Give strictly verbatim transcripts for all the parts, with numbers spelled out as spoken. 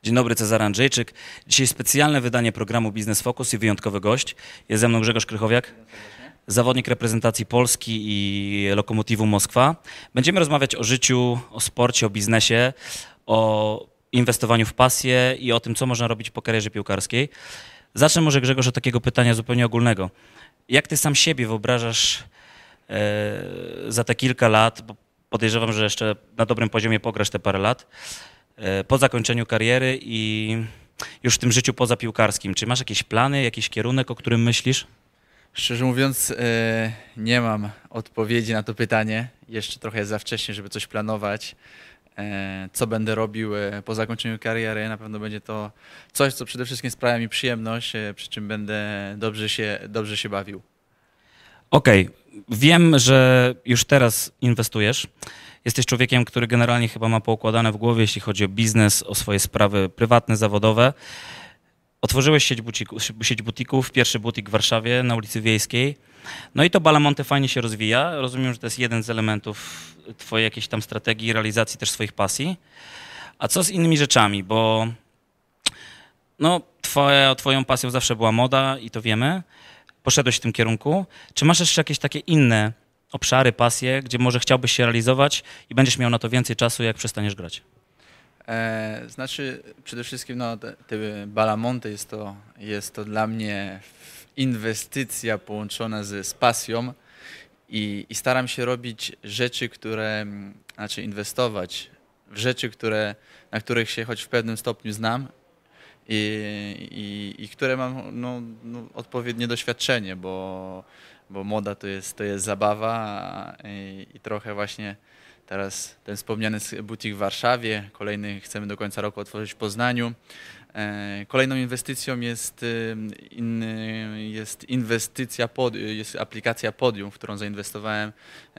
Dzień dobry, Cezary Andrzejczyk. Dzisiaj specjalne wydanie programu Biznes Focus i wyjątkowy gość. Jest ze mną Grzegorz Krychowiak, zawodnik reprezentacji Polski i Lokomotivu Moskwa. Będziemy rozmawiać o życiu, o sporcie, o biznesie, o inwestowaniu w pasję i o tym, co można robić po karierze piłkarskiej. Zacznę może, Grzegorz, od takiego pytania zupełnie ogólnego. Jak ty sam siebie wyobrażasz e, za te kilka lat, bo podejrzewam, że jeszcze na dobrym poziomie pograsz te parę lat, e, po zakończeniu kariery i już w tym życiu pozapiłkarskim. Czy masz jakieś plany, jakiś kierunek, o którym myślisz? Szczerze mówiąc, e, nie mam odpowiedzi na to pytanie. Jeszcze trochę jest za wcześnie, żeby coś planować. E, co będę robił e, po zakończeniu kariery? Na pewno będzie to coś, co przede wszystkim sprawia mi przyjemność, e, przy czym będę dobrze się, dobrze się bawił. Okej, okay. Wiem, że już teraz inwestujesz. Jesteś człowiekiem, który generalnie chyba ma poukładane w głowie, jeśli chodzi o biznes, o swoje sprawy prywatne, zawodowe. Otworzyłeś sieć, butiku, sieć butików, pierwszy butik w Warszawie na ulicy Wiejskiej. No i to Balamonte fajnie się rozwija. Rozumiem, że to jest jeden z elementów twojej jakiejś tam strategii, realizacji też swoich pasji. A co z innymi rzeczami? Bo no, twoja, twoją pasją zawsze była moda i to wiemy. Poszedłeś w tym kierunku. Czy masz jeszcze jakieś takie inne obszary, pasje, gdzie może chciałbyś się realizować i będziesz miał na to więcej czasu, jak przestaniesz grać? E, znaczy, przede wszystkim no, te, te Balamonte jest to, jest to dla mnie inwestycja połączona z, z pasją i, i staram się robić rzeczy, które, znaczy inwestować w rzeczy, które, na których się choć w pewnym stopniu znam i, i, i które mam no, no, odpowiednie doświadczenie, bo, bo moda to jest, to jest zabawa i, i trochę właśnie teraz ten wspomniany butik w Warszawie, kolejny chcemy do końca roku otworzyć w Poznaniu. Kolejną inwestycją jest, jest inwestycja, jest aplikacja Podium, w którą zainwestowałem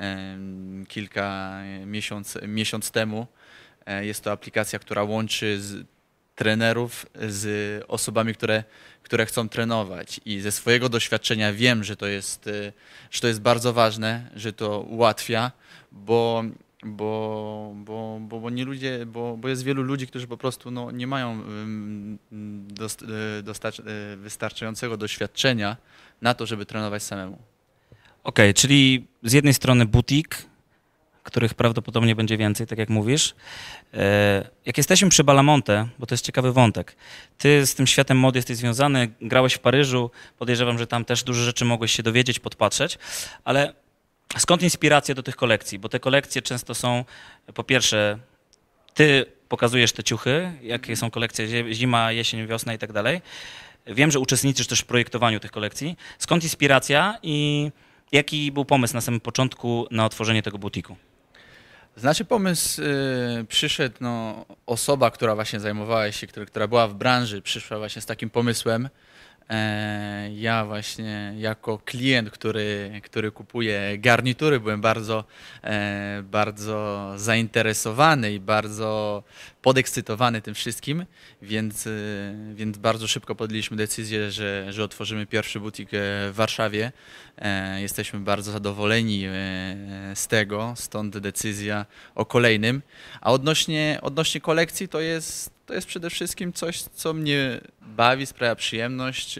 kilka miesiąc, miesiąc temu. Jest to aplikacja, która łączy z trenerów z osobami, które, które chcą trenować i ze swojego doświadczenia wiem, że to jest, że to jest bardzo ważne, że to ułatwia, bo Bo, bo, bo, bo, nie ludzie, bo, bo jest wielu ludzi, którzy po prostu no, nie mają dost, dostać, wystarczającego doświadczenia na to, żeby trenować samemu. Okej, okay, czyli z jednej strony butik, których prawdopodobnie będzie więcej, tak jak mówisz. Jak jesteśmy przy Balamonte, bo to jest ciekawy wątek, ty z tym światem mody jesteś związany, grałeś w Paryżu, podejrzewam, że tam też dużo rzeczy mogłeś się dowiedzieć, podpatrzeć, ale skąd inspiracja do tych kolekcji? Bo te kolekcje często są, po pierwsze, ty pokazujesz te ciuchy, jakie są kolekcje zima, jesień, wiosna i tak dalej. Wiem, że uczestniczysz też w projektowaniu tych kolekcji. Skąd inspiracja i jaki był pomysł na samym początku na otworzenie tego butiku? Znaczy pomysł y, przyszedł, no, osoba, która właśnie zajmowała się, która, która była w branży, przyszła właśnie z takim pomysłem. Ja właśnie jako klient, który, który kupuje garnitury, byłem bardzo, bardzo zainteresowany i bardzo podekscytowany tym wszystkim, więc, więc bardzo szybko podjęliśmy decyzję, że, że otworzymy pierwszy butik w Warszawie. Jesteśmy bardzo zadowoleni z tego, stąd decyzja o kolejnym. A odnośnie, odnośnie kolekcji to jest To jest przede wszystkim coś, co mnie bawi, sprawia przyjemność.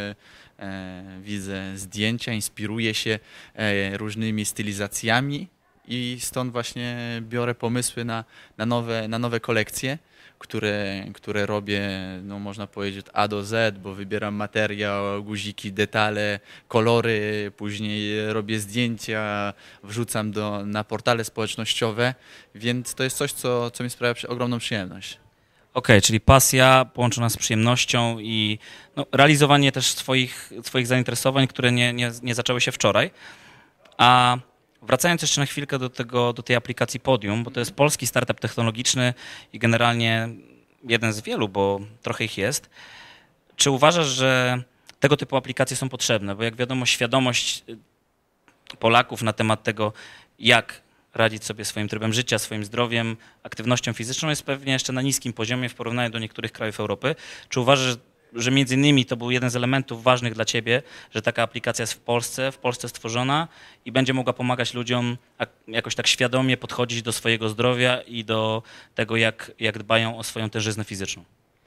Widzę zdjęcia, inspiruję się różnymi stylizacjami i stąd właśnie biorę pomysły na, na, nowe, na nowe kolekcje, które, które robię, no można powiedzieć, od A do Z, bo wybieram materiał, guziki, detale, kolory, później robię zdjęcia, wrzucam do, na portale społecznościowe, więc to jest coś, co, co mi sprawia ogromną przyjemność. Okej, okay, czyli pasja połączona z przyjemnością i no, realizowanie też swoich, swoich zainteresowań, które nie, nie, nie zaczęły się wczoraj. A wracając jeszcze na chwilkę do, tego, do tej aplikacji Podium, bo to jest polski startup technologiczny i generalnie jeden z wielu, bo trochę ich jest. Czy uważasz, że tego typu aplikacje są potrzebne? Bo jak wiadomo, świadomość Polaków na temat tego, jak radzić sobie swoim trybem życia, swoim zdrowiem, aktywnością fizyczną jest pewnie jeszcze na niskim poziomie w porównaniu do niektórych krajów Europy. Czy uważasz, że między innymi to był jeden z elementów ważnych dla ciebie, że taka aplikacja jest w Polsce, w Polsce stworzona i będzie mogła pomagać ludziom jakoś tak świadomie podchodzić do swojego zdrowia i do tego, jak, jak dbają o swoją tężyznę fizyczną?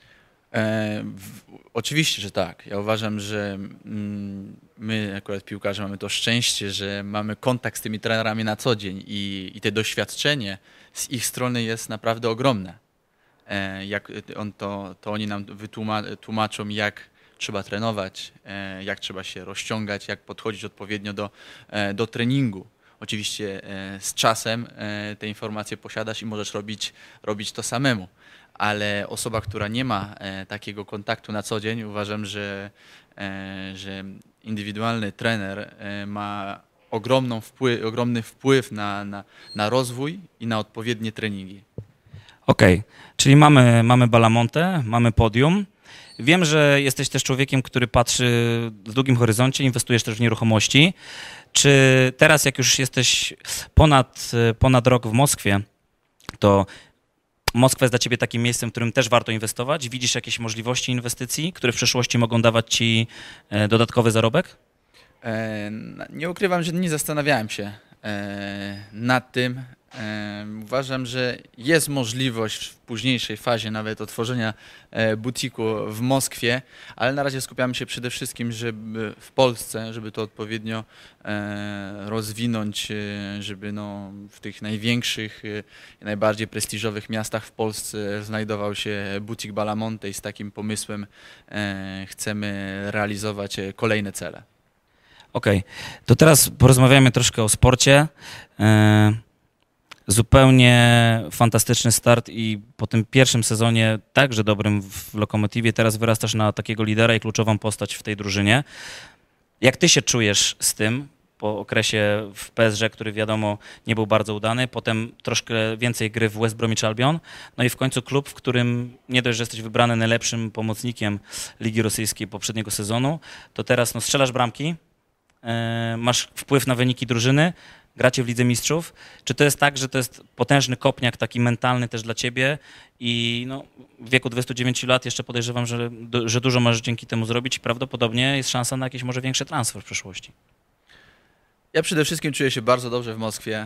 E, w, oczywiście, że tak. Ja uważam, że mm, my, akurat piłkarze, mamy to szczęście, że mamy kontakt z tymi trenerami na co dzień i, i te doświadczenie z ich strony jest naprawdę ogromne. E, jak on to, to oni nam wytłumaczą, tłumaczą, jak trzeba trenować, e, jak trzeba się rozciągać, jak podchodzić odpowiednio do, e, do treningu. Oczywiście e, z czasem e, te informacje posiadasz i możesz robić, robić to samemu. Ale osoba, która nie ma e, takiego kontaktu na co dzień, uważam, że, e, że indywidualny trener e, ma ogromną wpływ, ogromny wpływ na, na, na rozwój i na odpowiednie treningi. Okej, okay. Czyli mamy, mamy Balamontę, mamy podium. Wiem, że jesteś też człowiekiem, który patrzy w długim horyzoncie, inwestujesz też w nieruchomości. Czy teraz, jak już jesteś ponad, ponad rok w Moskwie, to Moskwa jest dla ciebie takim miejscem, w którym też warto inwestować? Widzisz jakieś możliwości inwestycji, które w przyszłości mogą dawać ci dodatkowy zarobek? E, nie ukrywam, że nie zastanawiałem się e, nad tym. E, uważam, że jest możliwość w późniejszej fazie nawet otworzenia e, butiku w Moskwie, ale na razie skupiamy się przede wszystkim żeby w Polsce, żeby to odpowiednio e, rozwinąć, e, żeby no, w tych największych i najbardziej prestiżowych miastach w Polsce znajdował się butik Balamonte i z takim pomysłem e, chcemy realizować kolejne cele. Okej, okay. To teraz porozmawiamy troszkę o sporcie. E Zupełnie fantastyczny start i po tym pierwszym sezonie także dobrym w Lokomotywie teraz wyrastasz na takiego lidera i kluczową postać w tej drużynie. Jak ty się czujesz z tym po okresie w P S G, który wiadomo nie był bardzo udany, potem troszkę więcej gry w West Bromwich Albion, no i w końcu klub, w którym nie dość, że jesteś wybrany najlepszym pomocnikiem Ligi Rosyjskiej poprzedniego sezonu, to teraz no, strzelasz bramki, yy, masz wpływ na wyniki drużyny, gracie w Lidze Mistrzów. Czy to jest tak, że to jest potężny kopniak taki mentalny też dla ciebie i no, w wieku dwudziestu dziewięciu lat jeszcze podejrzewam, że, że dużo możesz dzięki temu zrobić i prawdopodobnie jest szansa na jakiś może większy transfer w przyszłości. Ja przede wszystkim czuję się bardzo dobrze w Moskwie.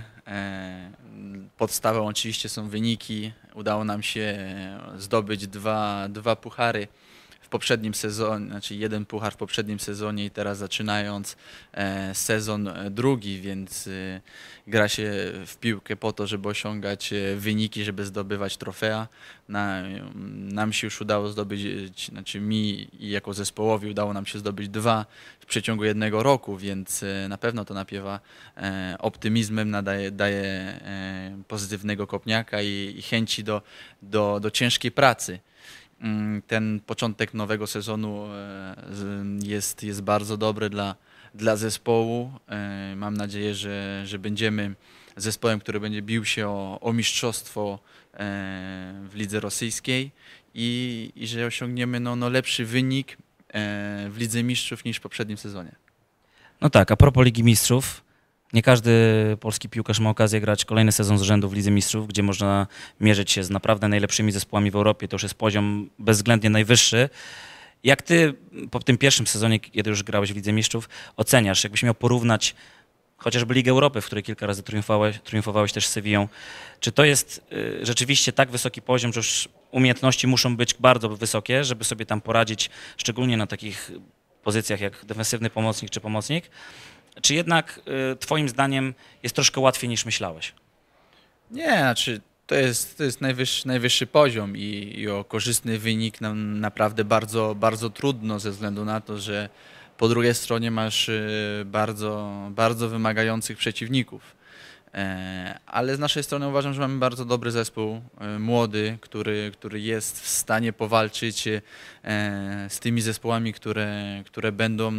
Podstawą oczywiście są wyniki. Udało nam się zdobyć dwa, dwa puchary w poprzednim sezonie, znaczy jeden puchar w poprzednim sezonie i teraz zaczynając e, sezon drugi, więc e, gra się w piłkę po to, żeby osiągać wyniki, żeby zdobywać trofea. Na, nam się już udało zdobyć, znaczy mi i jako zespołowi udało nam się zdobyć dwa w przeciągu jednego roku, więc e, na pewno to napiewa e, optymizmem, nadaje, daje e, pozytywnego kopniaka i, i chęci do, do, do ciężkiej pracy. Ten początek nowego sezonu jest, jest bardzo dobry dla, dla zespołu. Mam nadzieję, że, że będziemy zespołem, który będzie bił się o, o mistrzostwo w lidze rosyjskiej i, i że osiągniemy no, no lepszy wynik w Lidze Mistrzów niż w poprzednim sezonie. No tak, a propos Ligi Mistrzów, nie każdy polski piłkarz ma okazję grać kolejny sezon z rzędu w Lidze Mistrzów, gdzie można mierzyć się z naprawdę najlepszymi zespołami w Europie. To już jest poziom bezwzględnie najwyższy. Jak ty po tym pierwszym sezonie, kiedy już grałeś w Lidze Mistrzów, oceniasz, jakbyś miał porównać chociażby Ligę Europy, w której kilka razy triumfowałeś, triumfowałeś też z Sewillą, czy to jest y, rzeczywiście tak wysoki poziom, że już umiejętności muszą być bardzo wysokie, żeby sobie tam poradzić, szczególnie na takich pozycjach jak defensywny pomocnik czy pomocnik? Czy jednak y, twoim zdaniem jest troszkę łatwiej niż myślałeś? Nie, znaczy to jest, to jest najwyższy, najwyższy poziom i, i o korzystny wynik nam naprawdę bardzo, bardzo trudno ze względu na to, że po drugiej stronie masz y, bardzo, bardzo wymagających przeciwników. E, ale z naszej strony uważam, że mamy bardzo dobry zespół, e, młody, który, który jest w stanie powalczyć e, z tymi zespołami, które, które będą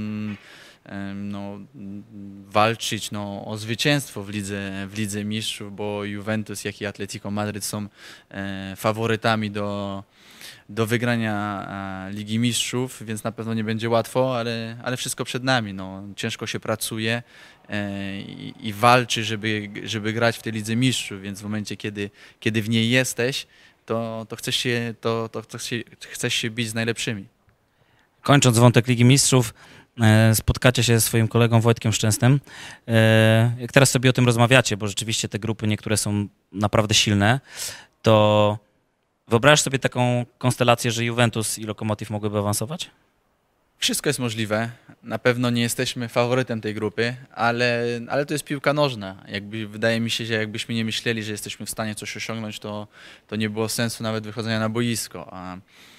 no, walczyć no, o zwycięstwo w lidze, w lidze Mistrzów, bo Juventus, jak i Atletico Madryt są e, faworytami do, do wygrania e, Ligi Mistrzów, więc na pewno nie będzie łatwo, ale, ale wszystko przed nami. No, ciężko się pracuje e, i, i walczy, żeby, żeby grać w tej Lidze Mistrzów, więc w momencie, kiedy, kiedy w niej jesteś, to, to, chcesz się, to, to chcesz, się, chcesz się bić z najlepszymi. Kończąc wątek Ligi Mistrzów, spotkacie się ze swoim kolegą Wojtkiem Szczęsnym. Jak teraz sobie o tym rozmawiacie, bo rzeczywiście te grupy niektóre są naprawdę silne, to Wyobrażasz sobie taką konstelację, że Juventus i Lokomotiv mogłyby awansować? Wszystko jest możliwe. Na pewno nie jesteśmy faworytem tej grupy, ale, ale to jest piłka nożna. Jakby, wydaje mi się, że jakbyśmy nie myśleli, że jesteśmy w stanie coś osiągnąć, to, to nie było sensu nawet wychodzenia na boisko. A,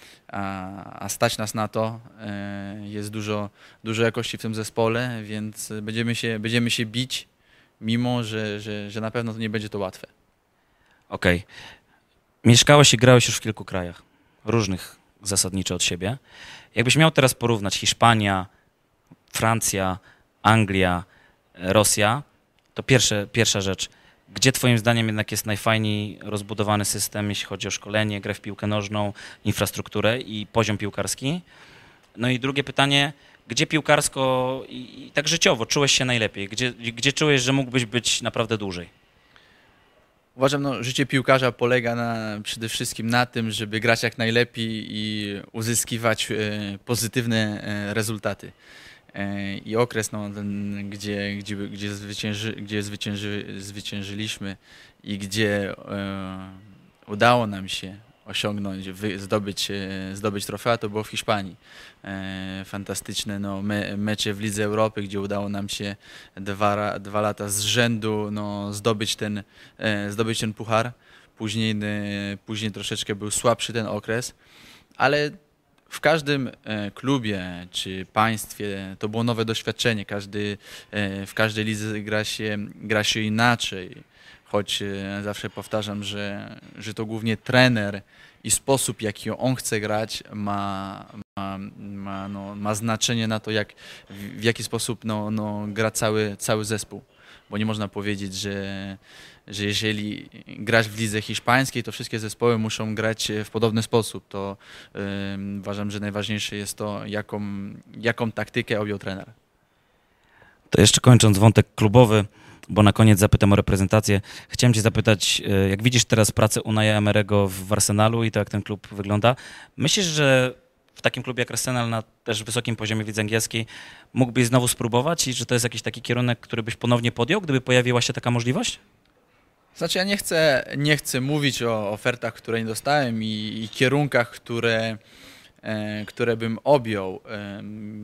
a, a stać nas na to. E, jest dużo, dużo jakości w tym zespole, więc będziemy się, będziemy się bić, mimo że, że, że na pewno to nie będzie to łatwe. Okej. Okay. Mieszkałeś i grałeś już w kilku krajach, różnych zasadniczo od siebie. Jakbyś miał teraz porównać Hiszpania, Francja, Anglia, Rosja, to pierwsze, pierwsza rzecz, gdzie twoim zdaniem jednak jest najfajniej rozbudowany system, jeśli chodzi o szkolenie, grę w piłkę nożną, infrastrukturę i poziom piłkarski? No i drugie pytanie, gdzie piłkarsko i, i tak życiowo czułeś się najlepiej? Gdzie, gdzie czułeś, że mógłbyś być naprawdę dłużej? Uważam, no, życie piłkarza polega na, przede wszystkim na tym, żeby grać jak najlepiej i uzyskiwać e, pozytywne e, rezultaty. E, I okres, no, ten, gdzie, gdzie, gdzie, zwycięży, gdzie zwycięży, zwyciężyliśmy i gdzie e, udało nam się osiągnąć, wy, zdobyć, e, zdobyć trofea, to było w Hiszpanii. E, fantastyczne no, me, mecze w Lidze Europy, gdzie udało nam się dwa, dwa lata z rzędu no, zdobyć, ten, e, zdobyć ten puchar. Później, e, później troszeczkę był słabszy ten okres, ale w każdym e, klubie czy państwie to było nowe doświadczenie. Każdy, e, w każdej lidze gra się, gra się inaczej. Choć e, zawsze powtarzam, że, że to głównie trener i sposób, jaki on chce grać, ma, ma, ma, no, ma znaczenie na to, jak, w, w jaki sposób no, no, gra cały, cały zespół. Bo nie można powiedzieć, że, że jeżeli grać w lidze hiszpańskiej, to wszystkie zespoły muszą grać w podobny sposób. To yy, uważam, że najważniejsze jest to, jaką, jaką taktykę objął trener. To jeszcze kończąc wątek klubowy, bo na koniec zapytam o reprezentację. Chciałem cię zapytać, jak widzisz teraz pracę Unaja Emery'ego w Arsenalu i to, jak ten klub wygląda, myślisz, że w takim klubie jak Arsenal na też wysokim poziomie w lidze angielskiej mógłbyś znowu spróbować i że to jest jakiś taki kierunek, który byś ponownie podjął, gdyby pojawiła się taka możliwość? Znaczy ja nie chcę, nie chcę mówić o ofertach, które nie dostałem i, i kierunkach, które, e, które bym objął. E,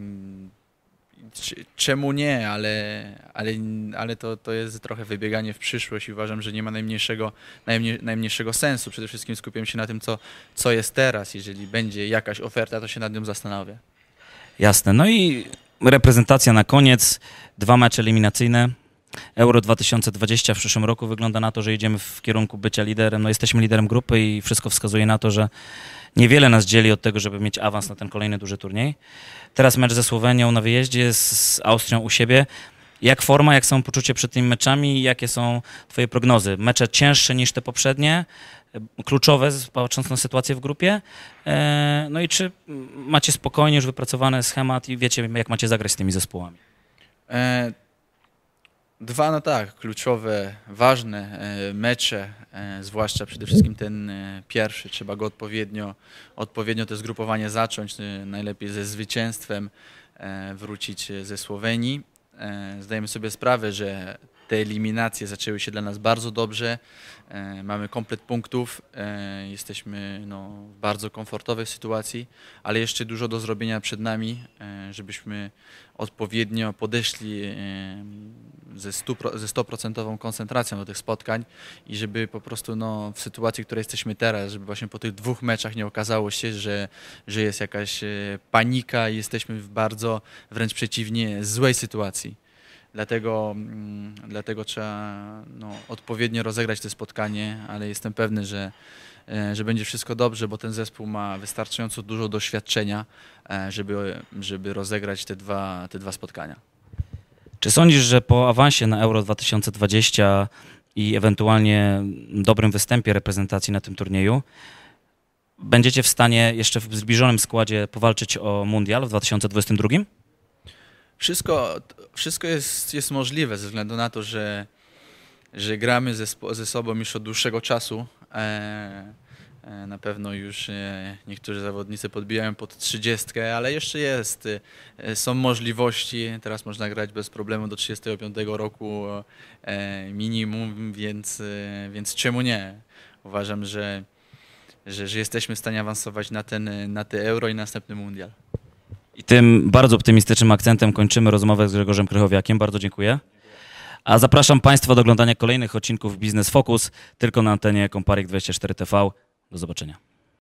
Czemu nie, ale, ale, ale to, to jest trochę wybieganie w przyszłość i uważam, że nie ma najmniejszego, najmniej, najmniejszego sensu. Przede wszystkim skupiam się na tym, co, co jest teraz. Jeżeli będzie jakaś oferta, to się nad nią zastanowię. Jasne. No i reprezentacja na koniec. Dwa mecze eliminacyjne. Euro dwa tysiące dwadzieścia w przyszłym roku wygląda na to, że idziemy w kierunku bycia liderem. No jesteśmy liderem grupy i wszystko wskazuje na to, że niewiele nas dzieli od tego, żeby mieć awans na ten kolejny duży turniej. Teraz mecz ze Słowenią na wyjeździe, z Austrią u siebie. Jak forma, jak są poczucie przed tymi meczami i jakie są twoje prognozy? Mecze cięższe niż te poprzednie, kluczowe, patrząc na sytuację w grupie. No i czy macie spokojnie już wypracowany schemat i wiecie, jak macie zagrać z tymi zespołami? E Dwa, no tak, kluczowe, ważne mecze, zwłaszcza przede wszystkim ten pierwszy. Trzeba go odpowiednio, odpowiednio to zgrupowanie zacząć, najlepiej ze zwycięstwem, wrócić ze Słowenii. Zdajemy sobie sprawę, że te eliminacje zaczęły się dla nas bardzo dobrze. Mamy komplet punktów, jesteśmy no, w bardzo komfortowej sytuacji, ale jeszcze dużo do zrobienia przed nami, żebyśmy odpowiednio podeszli ze sto procent koncentracją do tych spotkań i żeby po prostu no, w sytuacji, w której jesteśmy teraz, żeby właśnie po tych dwóch meczach nie okazało się, że, że jest jakaś panika i jesteśmy w bardzo, wręcz przeciwnie, złej sytuacji. Dlatego, dlatego trzeba no, odpowiednio rozegrać to spotkanie, ale jestem pewny, że, że będzie wszystko dobrze, bo ten zespół ma wystarczająco dużo doświadczenia, żeby, żeby rozegrać te dwa, te dwa spotkania. Czy sądzisz, że po awansie na Euro dwa tysiące dwadzieścia i ewentualnie dobrym występie reprezentacji na tym turnieju będziecie w stanie jeszcze w zbliżonym składzie powalczyć o mundial w dwa tysiące dwudziestym drugim? Wszystko, wszystko jest, jest możliwe ze względu na to, że, że gramy ze, ze sobą już od dłuższego czasu. E, e, na pewno już e, niektórzy zawodnicy podbijają pod trzydziestkę, ale jeszcze jest. E, są możliwości. Teraz można grać bez problemu do trzydziestego piątego roku e, minimum, więc, e, więc czemu nie? Uważam, że że, że jesteśmy w stanie awansować na ten, na te Euro i następny Mundial. I tym bardzo optymistycznym akcentem kończymy rozmowę z Grzegorzem Krychowiakiem. Bardzo dziękuję. A zapraszam Państwa do oglądania kolejnych odcinków Biznes Focus tylko na antenie Komparik dwadzieścia cztery T V. Do zobaczenia.